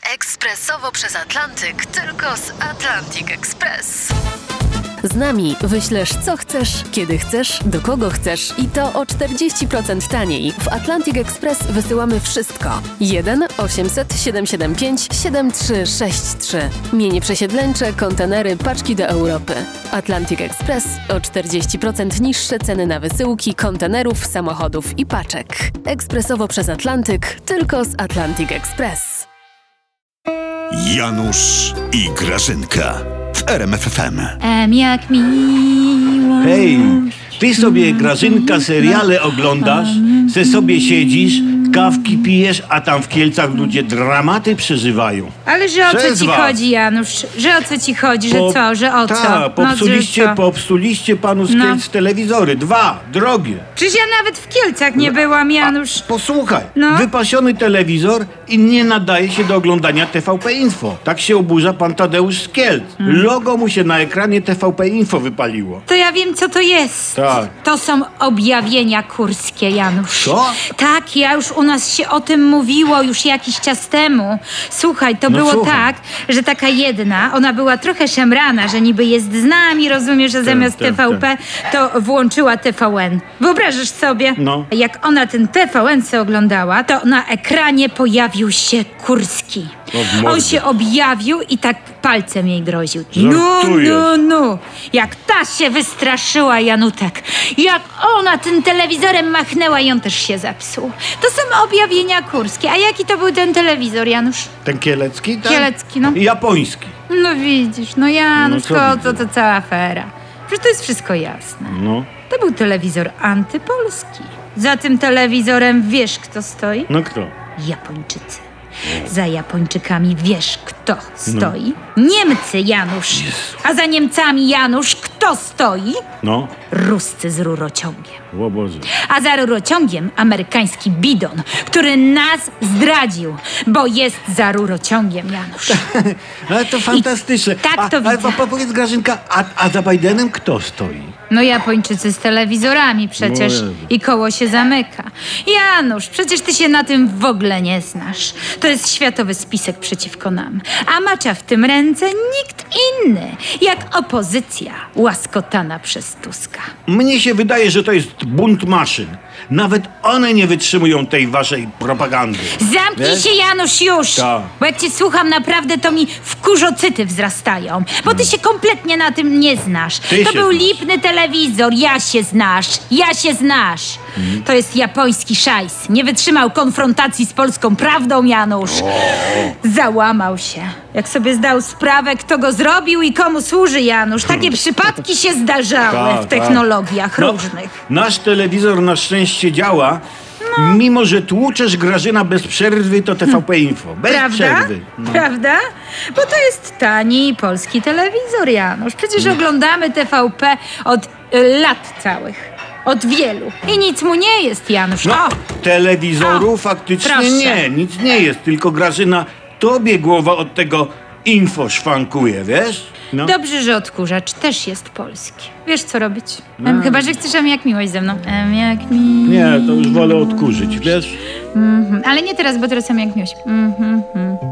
Ekspresowo przez Atlantyk, tylko z Atlantic Express. Z nami wyślesz co chcesz, kiedy chcesz, do kogo chcesz i to o 40% taniej. W Atlantic Express wysyłamy wszystko. 1 800 775 7363. Mienie przesiedleńcze, kontenery, paczki do Europy. Atlantic Express o 40% niższe ceny na wysyłki, kontenerów, samochodów i paczek. Ekspresowo przez Atlantyk, tylko z Atlantic Express. Janusz i Grażynka w RMF FM. Jak miło. Hej, ty sobie, Grażynka, seriale oglądasz, se sobie siedzisz, kawki pijesz, a tam w Kielcach ludzie dramaty przeżywają. Ale że o co Przez ci was. chodzi, Janusz? Że o co ci chodzi? Że co? Że o co? Tak, No, że co? popsuliście panu z No. Kielc telewizory. 2, drogie. Przecież ja nawet w Kielcach nie byłam, Janusz. Posłuchaj, No. wypasiony telewizor i nie nadaje się do oglądania TVP Info. Tak się oburza pan Tadeusz z Kielc. Logo mu się na ekranie TVP Info wypaliło. To ja wiem, co to jest. Tak. To są objawienia kurskie, Janusz. Co? Tak, u nas się o tym mówiło już jakiś czas temu. Słuchaj, to No było słucham. tak, że taka jedna, ona była trochę szemrana, że niby jest z nami, rozumiesz, że zamiast tak, TVP to włączyła TVN. Wyobrażasz sobie? No. Jak ona ten TVN se oglądała, to na ekranie pojawił się Kurski. O, w mordę. On się objawił i tak palcem jej groził. Żartujesz. No. Jak ta się wystraszyła, Janutek. Jak ona tym telewizorem machnęła i on też się zepsuł. To są objawienia kurskie. A jaki to był ten telewizor, Janusz? Ten kielecki? Tak? Kielecki, no. I japoński. No widzisz, no Janusz, No, co to cała afera. Przecież to jest wszystko jasne. No. To był telewizor antypolski. Za tym telewizorem wiesz, kto stoi? No kto? Japończycy. Za Japończykami wiesz, kto stoi? Niemcy, Janusz. A za Niemcami, Janusz, kto stoi? No. Ruscy z rurociągiem. O Boże. A za rurociągiem amerykański bidon, który nas zdradził, bo jest za rurociągiem, Janusz. Ale to fantastyczne. tak to ale widzę. powiedz, Grażynka, a za Bidenem kto stoi? No Japończycy z telewizorami przecież O Jezu. i koło się zamyka. Janusz, przecież ty się na tym w ogóle nie znasz. To jest światowy spisek przeciwko nam. A macza w tym ręce nikt inny, jak opozycja łaskotana przez Tuska. Mnie się wydaje, że to jest bunt maszyn. Nawet one nie wytrzymują tej waszej propagandy. Zamknij Wiesz? się, Janusz, już! Tak. Bo jak cię słucham, naprawdę to mi wkurzocyty wzrastają. Bo ty się kompletnie na tym nie znasz. Ty To się był znasz. lipny telewizor, ja się znasz. To jest japoński szajs. Nie wytrzymał konfrontacji z polską prawdą, Janusz. Załamał się. Jak sobie zdał sprawę, kto go zrobił i komu służy, Janusz. Takie przypadki się zdarzały Tak, w technologiach różnych. Nasz telewizor na szczęście działa, mimo że tłuczesz, Grażyna, bez przerwy to TVP Info. Bez Prawda? przerwy. Prawda? Bo to jest tani polski telewizor, Janusz. Przecież oglądamy TVP od lat całych. Od wielu. I nic mu nie jest, Janusz. No, O! telewizoru O, faktycznie proszę. nie, nic nie jest. Tylko, Grażyna, tobie głowa od tego info szwankuje, wiesz? No. Dobrze, że odkurzacz też jest polski. Wiesz, co robić. Chyba, że chcesz jak miłość ze mną. Jak miłość. Nie, to już wolę odkurzyć, wiesz? Ale nie teraz, bo teraz jak miłość.